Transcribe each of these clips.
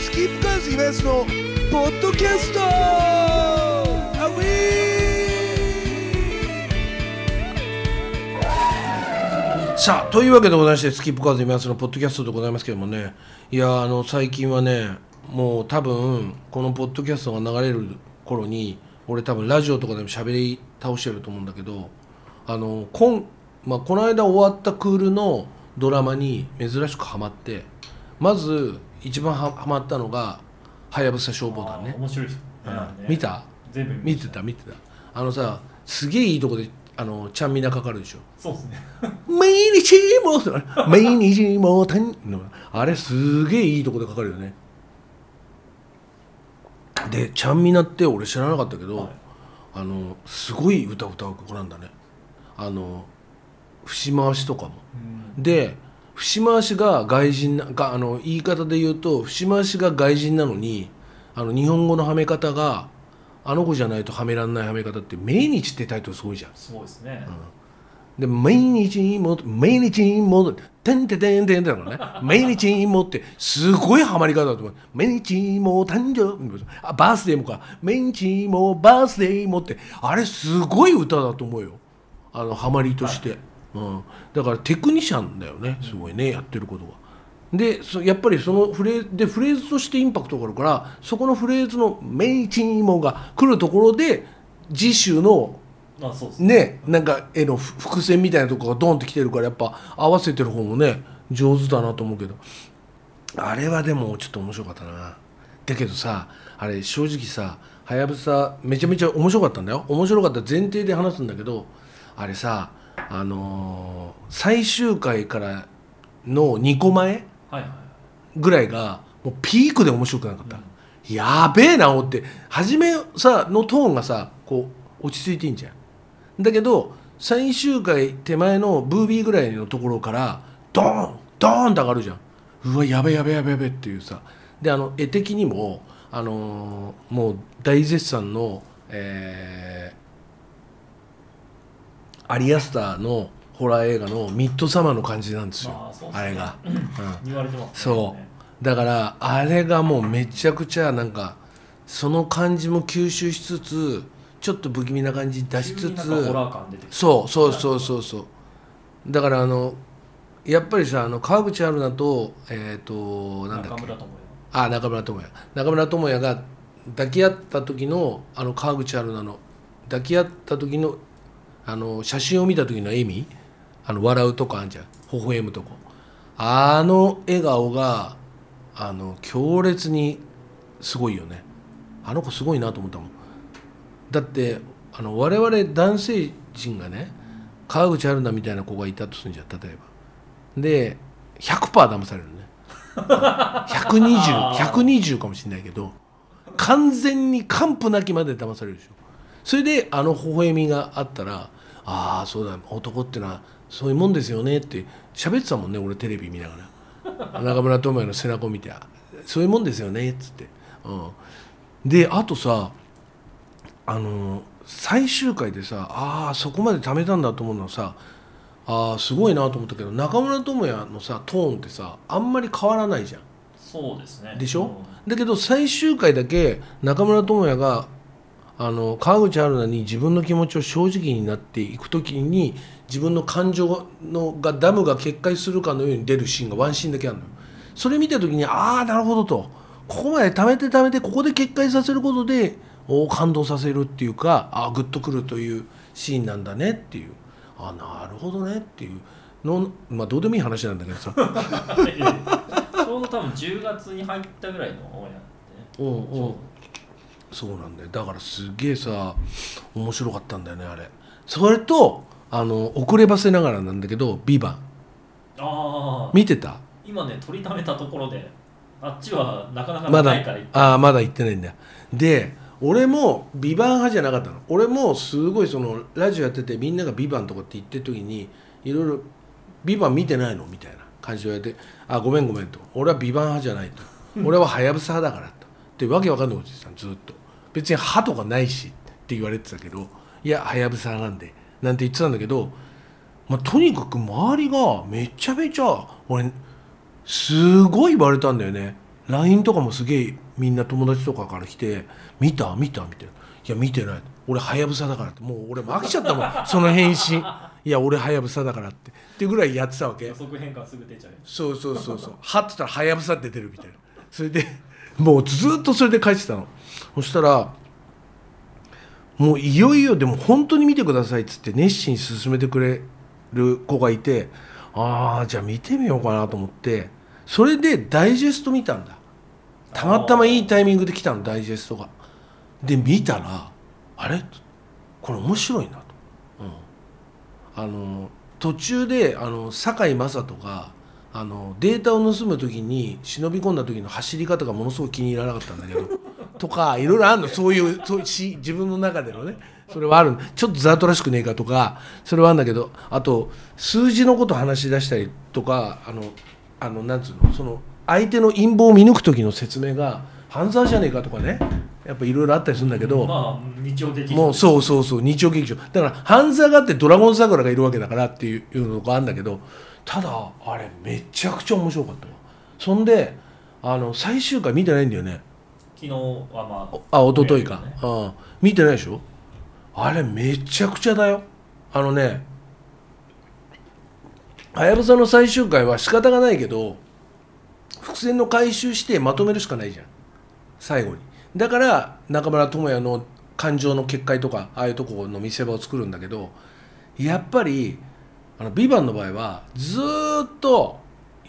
スキップカーズイベントのポッドキャストアウィー。さあというわけでございまして、スキップカーズイベントのポッドキャストでございますけどもね、いや最近はね、もう多分このポッドキャストが流れる頃に俺多分ラジオとかでも喋り倒してると思うんだけど、この間終わったクールのドラマに珍しくハマって、まず一番ハマったのがはやぶさ消防団ね。 面白いですね、 見た？ 全部見てたさ、すげえいいとこでちゃんみなかかるでしょ。 そうですね毎日もあれすげえいいとこでかかるよね。でちゃんみなって俺知らなかったけど、はい、すごい歌う子なんだね。節回しとかも、で節回しが外人が言い方で言うと節回しが外人なのに日本語のはめ方があの子じゃないとはめらんないはめ方って、毎日ってタイトルすごいじゃん。 すごいですね、 で毎日もてんててんてんだからね毎日もってすごいハマり方だと思う。毎日も誕生バースデーもか、毎日もバースデーもってあれすごい歌だと思うよ、ハマりとして、はい、だからテクニシャンだよね、すごいね、やってることが。でやっぱりそのフレーズとしてインパクトがあるから、そこのフレーズの毎日もが来るところで次週のそうですね、 ね、なんか絵の伏線みたいなとこがドンってきてるから、やっぱ合わせてる方もね上手だなと思うけど、あれはでもちょっと面白かったな。だけどさ、あれ正直さ、はやぶさめちゃめちゃ面白かったんだよ。面白かった前提で話すんだけど、あれさ、最終回からの2個前ぐらいがもうピークで面白くなかった、やべえな思って。初めさのトーンがさこう落ち着いていいんじゃん。だけど最終回手前のブービーぐらいのところからドーンドーンと上がるじゃん。うわやべっていうさ。で絵的にももう大絶賛の、アリアスターのホラー映画のミッドサマーの感じなんですよ、あれが、 言われてますね。 そうだからあれがもうめちゃくちゃなんかその感じも吸収しつつ、ちょっと不気味な感じ出しつつ、 ホラー感出てくる。 そうだからやっぱりさ川口春奈となんだっけ、中村倫也が抱き合った時の川口春奈の抱き合った時の写真を見た時の笑み、笑うとこあんじゃん、微笑むとこ、笑顔が強烈にすごいよね。あの子すごいなと思ったもん。だって我々男性陣がね、川口春奈みたいな子がいたとするんじゃん、例えばで 100% 騙されるね120かもしれないけど、完全に完膚なきまで騙されるでしょ。それで微笑みがあったら、ああそうだ、男ってのはそういうもんですよねって喋ってたもんね、俺テレビ見ながら中村倫也の背中を見て、そういうもんですよねっつって、であとさ最終回でさ、そこまで貯めたんだと思うのはさ、すごいなと思ったけど、中村倫也のさトーンってさあんまり変わらないじゃん。 そうですね。 でしょ、だけど最終回だけ中村倫也が川口春奈に自分の気持ちを正直になっていくときに、自分の感情がダムが決壊するかのように出るシーンがワンシーンだけあるのよ。それ見たときになるほどと、ここまで貯めてここで決壊させることで感動させるっていうか、グッとくるというシーンなんだねっていう、なるほどねっていうの、どうでもいい話なんだけどさちょうど多分10月に入ったぐらいのオンエアってね。 そうなんだよ。だからすげえさ面白かったんだよねあれ。それと遅ればせながらなんだけど、ビバン見てた？ 今ね取りためたところで、あっちはなかなか長いから行ってまだ行ってないんだよ。で俺もビバン派じゃなかったの。俺もすごいラジオやっててみんながビバンとかって言ってる時に、いろいろビバン見てないのみたいな感じで言われて、ごめんと、俺はビバン派じゃないと俺はハヤブサ派だからとってわけわかんないこと言ってたのずっと。別に歯とかないしって言われてたけど、いやはやぶさなんでなんて言ってたんだけど、とにかく周りがめちゃめちゃ俺すごい言われたんだよね。 LINE とかもすげえみんな友達とかから来て見たみたいな、いや見てない、俺はやぶさだからって、もう俺も飽きちゃったもんその返信、いや俺はやぶさだからっていうぐらいやってたわけ。 予測変換すぐ出ちゃう。 そうはってたらはやぶさって出てるみたいな、それでもうずっとそれで書いてたの。そしたらもういよいよでも本当に見てくださいっつって熱心に勧めてくれる子がいて、ああじゃあ見てみようかなと思って、それでダイジェスト見たんだ。たまたまいいタイミングで来たのダイジェストが。で見たらあれこれ面白いなと、途中で堺雅人がデータを盗む時に忍び込んだ時の走り方がものすごく気に入らなかったんだけどとかいろいろあるの、そういう自分の中でのね、それはある。ちょっとざっとらしくねえかとかそれはあるんだけど、あと数字のこと話し出したりとかなんつうの、その相手の陰謀を見抜く時の説明が半沢じゃねえかとかね、やっぱいろいろあったりするんだけど、 まあ日曜劇場もうそう日曜劇場だから半沢があってドラゴン桜がいるわけだからっていうのがあるんだけど、ただあれめちゃくちゃ面白かったわ。そんで最終回見てないんだよね。 昨日はま一昨日か、見てないでしょ。あれめちゃくちゃだよ。はやぶさの最終回は仕方がないけど伏線の回収してまとめるしかないじゃん最後に。だから中村倫也の感情の結界とかああいうとこの見せ場を作るんだけど、やっぱりビバンの場合はずーっと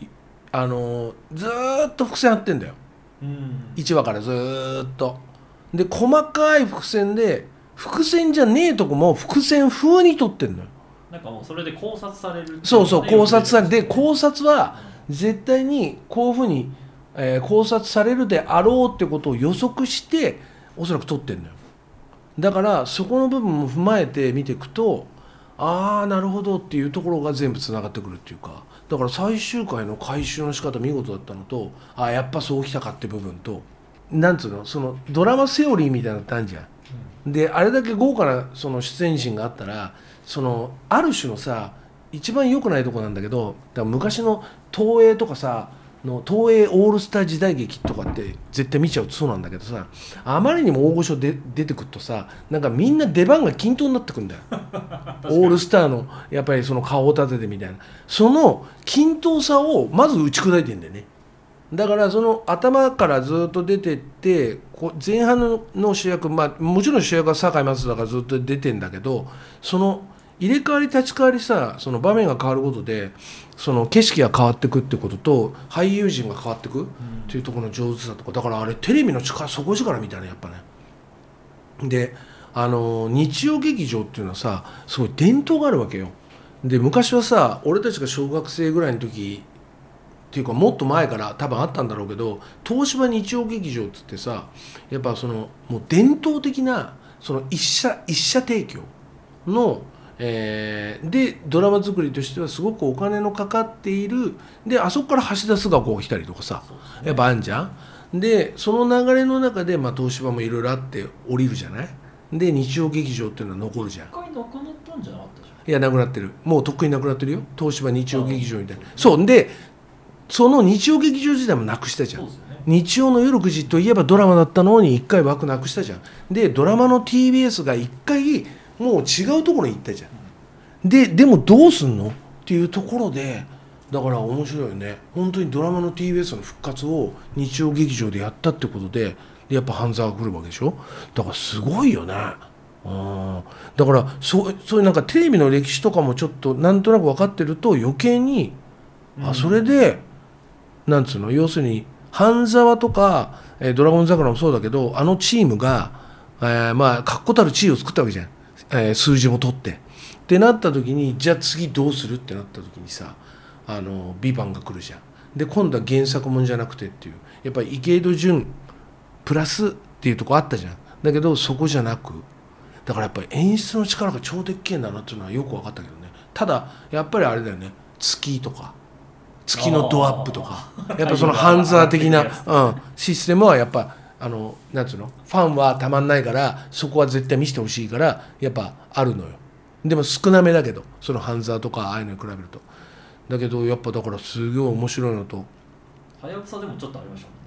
伏線張ってんだよ、1話からずーっと。で細かい伏線で伏線じゃねえとこも伏線風に撮ってんのよ。 なんかもうそれで考察される、 考察されて、考察は絶対にこういうふうに、考察されるであろうってことを予測しておそらく撮ってんのよ。だからそこの部分も踏まえて見ていくと、ああなるほどっていうところが全部つながってくるっていうか、だから最終回の回収の仕方見事だったのと、やっぱそうきたかって部分と、なんつうの、そのドラマセオリーみたいなのってあるじゃん、であれだけ豪華なその出演陣があったら、そのある種のさ一番良くないとこなんだけど、だから昔の東映とかさの東映オールスター時代劇とかって絶対見ちゃうとそうなんだけどさ、あまりにも大御所で出てくるとさ、なんかみんな出番が均等になってくんだよオールスターのやっぱりその顔を立ててみたいな、その均等さをまず打ち砕いてんだよね。だからその頭からずっと出てって前半の主役、もちろん主役は堺雅人だからずっと出てんだけど、その入れ替わり立ち替わりさ、その場面が変わることでその景色が変わってくってことと俳優陣が変わってくっていうところの上手さとか、だからあれテレビの底力みたいなやっぱね。で日曜劇場っていうのはさすごい伝統があるわけよ。で昔はさ俺たちが小学生ぐらいの時っていうかもっと前から多分あったんだろうけど、東芝日曜劇場っつってさ、やっぱそのもう伝統的なその一社提供のでドラマ作りとしてはすごくお金のかかっている。であそこから橋田壽賀子が来たりとかさ、やっぱあんじゃん。でその流れの中で、東芝もいろいろあって降りるじゃない。で日曜劇場っていうのは残るじゃん。 一回なくなったんじゃなかったでしょ。 いやなくなってる、もうとっくになくなってるよ東芝日曜劇場みたいな。そうでその日曜劇場時代もなくしたじゃん、日曜の夜9時といえばドラマだったのに1回枠なくしたじゃん。でドラマの TBS が1回もう違うところに行ったじゃん。でもどうすんのっていうところで、だから面白いよね。本当にドラマの TBS の復活を日曜劇場でやったってことで、やっぱ半沢が来るわけでしょ。だからすごいよね。だからそういうなんかテレビの歴史とかもちょっとなんとなく分かってると余計に、それでなんつうの、要するに半沢とか、ドラゴン桜もそうだけど、あのチームが、確固たる地位を作ったわけじゃん、数字も取ってってなった時に、じゃあ次どうするってなった時にさ、ビバンが来るじゃん。で今度は原作もんじゃなくてっていう、やっぱり池井戸潤プラスっていうとこあったじゃん。だけどそこじゃなく、だからやっぱり演出の力が超でっけえんだなっていうのはよく分かったけどね。ただやっぱりあれだよね、月とか月のドアップとか、やっぱその半沢的な、システムはやっぱなんつうの、ファンはたまんないからそこは絶対見せてほしいからやっぱあるのよ。でも少なめだけど、その半沢とかああいうのに比べると。だけどやっぱだからすごい面白いのと、 はやぶさでもちょっとありましたもんね。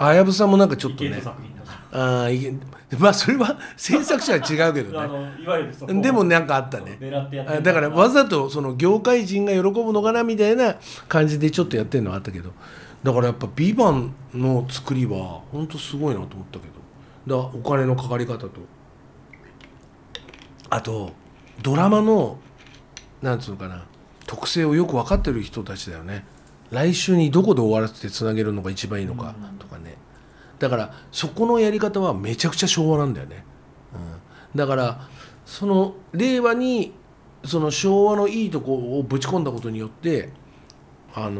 はやぶさもなんかちょっとね、 作品だからまあそれは制作者は違うけどねいわゆるそこでもなんかあったね。 狙ってやってるだからわざとその業界人が喜ぶのかなみたいな感じでちょっとやってるのはあったけど、だからやっぱ「ビバンの作りは本当すごいなと思ったけど、だからお金のかかり方と、あとドラマのなんつうのかな、特性をよく分かってる人たちだよね。来週にどこで終わらせてつなげるのが一番いいのかとかね。だからそこのやり方はめちゃくちゃ昭和なんだよね、だからその令和にその昭和のいいとこをぶち込んだことによってなん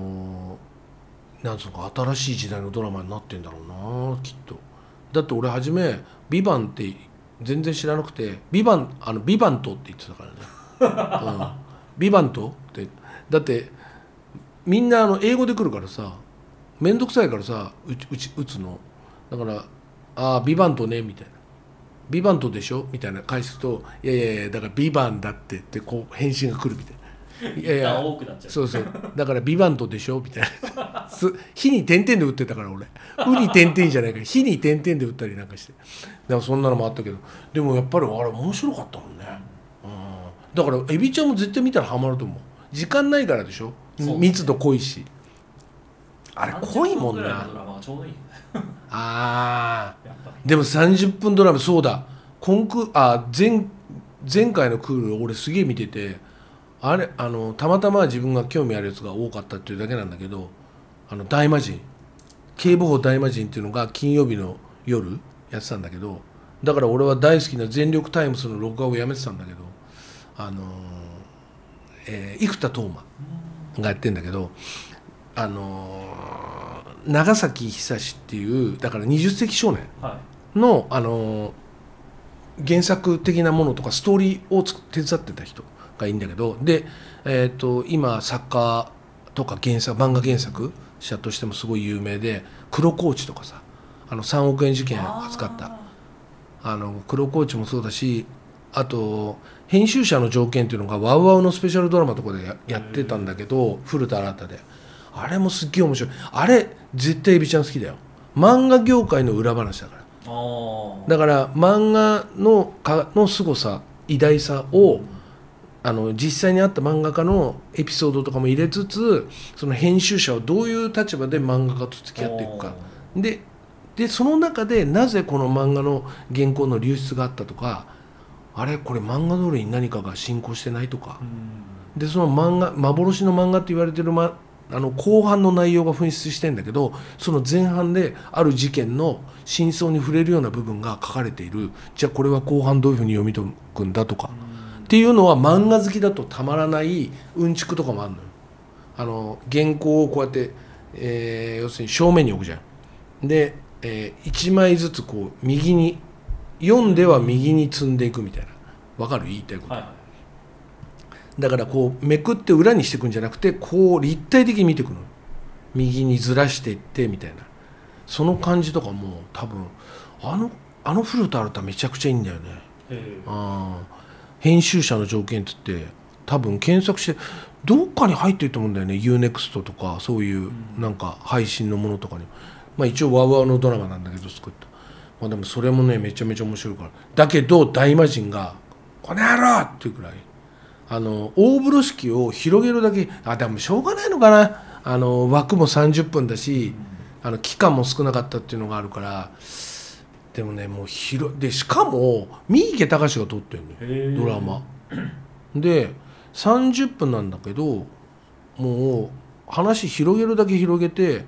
つうのか新しい時代のドラマになってんだろうなきっと。だって俺初め「ビバンって全然知らなくて「ビバンビバント」って言ってたからねビバントってだってみんな英語で来るからさめんどくさいからさ打つのだから「ああビバントね」みたいな「ビバントでしょ」みたいな返すと「いやいやいやだからビバンだって」ってこう返信が来るみたいな「いやいや多くなっちゃうそうそうだからビバントでしょ」みたいな火に点々で打ってたから俺「う」に点々じゃないから火に点々で打ったりなんかしてだからそんなのもあったけどでもやっぱりあれ面白かったもんね、だからエビちゃんも絶対見たらハマると思う。時間ないからでしょ、密度濃いしあれ濃いもんな。でも30分ドラマそうだ前回のクール俺すげえ見ててあれたまたま自分が興味あるやつが多かったっていうだけなんだけど大魔神警部補大魔神っていうのが金曜日の夜やってたんだけどだから俺は大好きな全力タイムスの録画をやめてたんだけど生田斗真がやってんだけど長崎久志っていうだから20世紀少年の、原作的なものとかストーリーを手伝ってた人がいいんだけどで、今作家とか漫画原作者としてもすごい有名で黒河内とかさ3億円事件扱った黒河内もそうだしあと編集者の条件っていうのがワウワウのスペシャルドラマとかで やってたんだけど古田新太であれもすっげえ面白い。あれ絶対エビちゃん好きだよ。漫画業界の裏話だからだから漫画の凄さ偉大さを実際にあった漫画家のエピソードとかも入れつつその編集者はどういう立場で漫画家と付き合っていくかでその中でなぜこの漫画の原稿の流出があったとかあれこれ漫画通りに何かが進行してないとかでその幻の漫画って言われてる、後半の内容が噴出してんだけどその前半である事件の真相に触れるような部分が書かれている。じゃあこれは後半どういうふうに読み解くんだとかっていうのは漫画好きだとたまらないうんちくとかもあるのよ。原稿をこうやって、要するに正面に置くじゃん。で、1枚ずつこう右に読んでは右に積んでいくみたいな。わかる？言いたいこと、だからこうめくって裏にしていくんじゃなくてこう立体的に見ていくの。右にずらしていってみたいなその感じとかも多分古田新太めちゃくちゃいいんだよね。編集者の条件って言って多分検索してどっかに入ってると思うんだよね。 UNEXT とかそういうなんか配信のものとかに、一応ワウワウのドラマなんだけど作った、でもそれもねめちゃめちゃ面白いからだけど大魔神が「この野郎!」っていうくらい大風呂敷を広げるだけでもしょうがないのかな。枠も30分だし期間も少なかったっていうのがあるからでもねもうでしかも三池崇史が撮ってるのドラマで30分なんだけどもう話広げるだけ広げて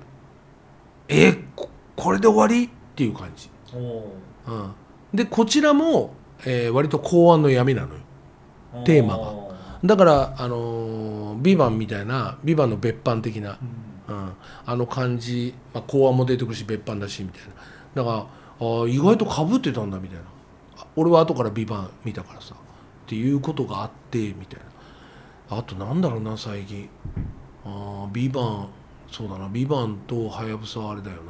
これで終わりっていう感じ、でこちらも、割と公安の闇なのよテーマが。だからビバンみたいなビバンの別班的な、感じ、公安も出てくるし別班だしみたいなだから意外とかぶってたんだみたいな俺は後からビバン見たからさっていうことがあってみたいな。あとなんだろうな最近ビバンそうだなビバンとハヤブサはあれだよな。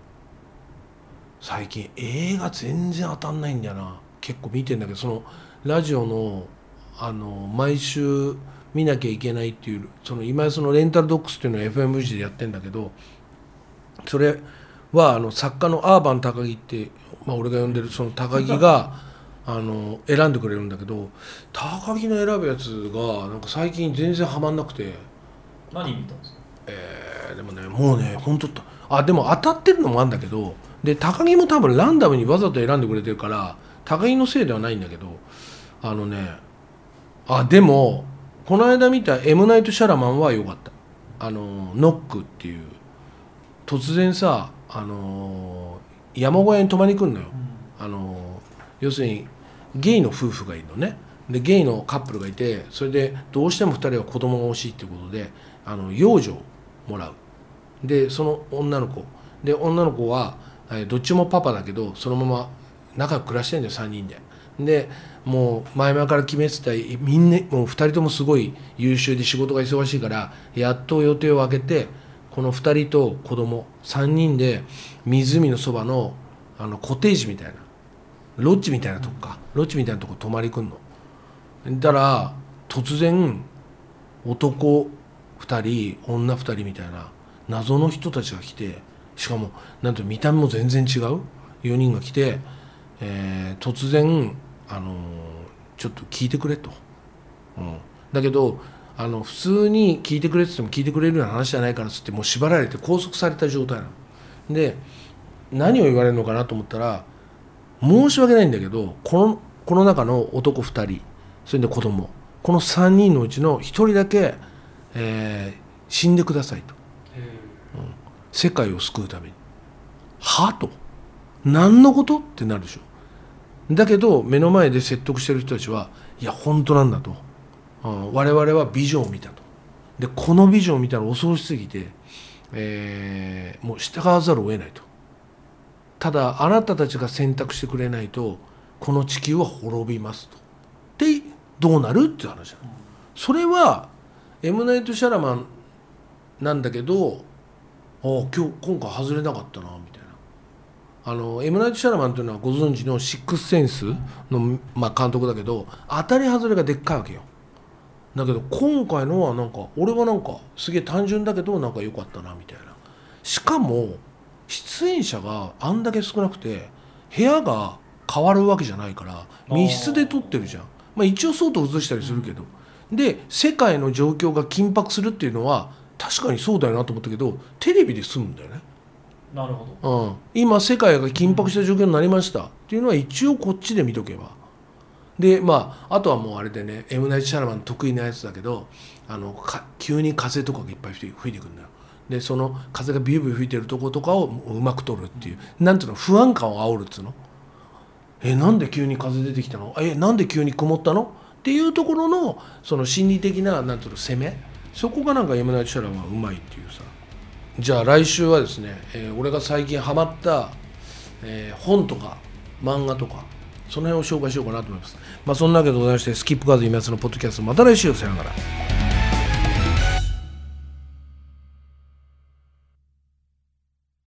最近映画全然当たんないんだよな。結構見てんだけどそのラジオの毎週見なきゃいけないっていう今そのレンタルドックスっていうのを FM 時でやってんだけどそれは作家のアーバン高木って、俺が呼んでるその高木が選んでくれるんだけど、高木の選ぶやつがなんか最近全然ハマんなくて。 何見たんですか？ でもね、もうね、本当でも当たってるのもあるんだけど、で高木も多分ランダムにわざと選んでくれてるから高木のせいではないんだけど、でもこの間見たエムナイト・シャラマンは良かった。ノックっていう、突然さ山小屋に泊まりに来るのよ、要するにゲイの夫婦がいるのね。でゲイのカップルがいて、それでどうしても2人は子供が欲しいっていうことで養女をもらう。でその女の子はどっちもパパだけどそのまま仲良く暮らしてるんだよ、3人で。でもう前々から決めてた、みんなもう2人ともすごい優秀で仕事が忙しいから、やっと予定を空けてこの2人と子供3人で湖のそばのコテージみたいなロッジみたいなとこ泊まり来んの。だから突然男2人女2人みたいな謎の人たちが来て、しかもなんて見た目も全然違う4人が来て、突然ちょっと聞いてくれと、だけど普通に聞いてくれって言っても聞いてくれるような話じゃないからっつって、もう縛られて拘束された状態なので、何を言われるのかなと思ったら、申し訳ないんだけどこの中の男2人それで子供、この3人のうちの1人だけ、死んでくださいと、世界を救うために。はと何のことってなるでしょ。だけど目の前で説得してる人たちはいや本当なんだと、我々はビジョンを見たと。でこのビジョンを見たら恐ろしすぎて、もう従わざるを得ないと。ただあなたたちが選択してくれないとこの地球は滅びますと。でどうなるっていう話だ。それはエムナイト・シャラマンなんだけど、今回外れなかったなみたいな。エムナイト・シャラマンというのはご存知のシックスセンスの、監督だけど、当たり外れがでっかいわけよ。だけど今回のはなんか俺はなんかすげえ単純だけどなんか良かったなみたいな。しかも出演者があんだけ少なくて部屋が変わるわけじゃないから密室で撮ってるじゃん。一応外と映したりするけど、で世界の状況が緊迫するっていうのは確かにそうだよなと思ったけど、テレビで済むんだよね。 なるほど、 今世界が緊迫した状況になりましたっていうのは一応こっちで見とけば。であとはもうあれでね、エムナイト・シャラマン得意なやつだけど急に風とかがいっぱい吹いてくるんだよ。でその風がビュービュー吹いてるとことかをうまく撮るっていう、なんていうの、不安感を煽るっつうの。なんで急に風出てきたの、なんで急に曇ったのっていうところのその心理的ななんていうの攻め、そこがなんかエムナイト・シャラマンはうまいっていうさ。じゃあ来週はですね、俺が最近ハマった、本とか漫画とかその辺を紹介しようかなと思います。そんなわけでございまして、スキップカード今やつのポッドキャスト、また来週、さよなら。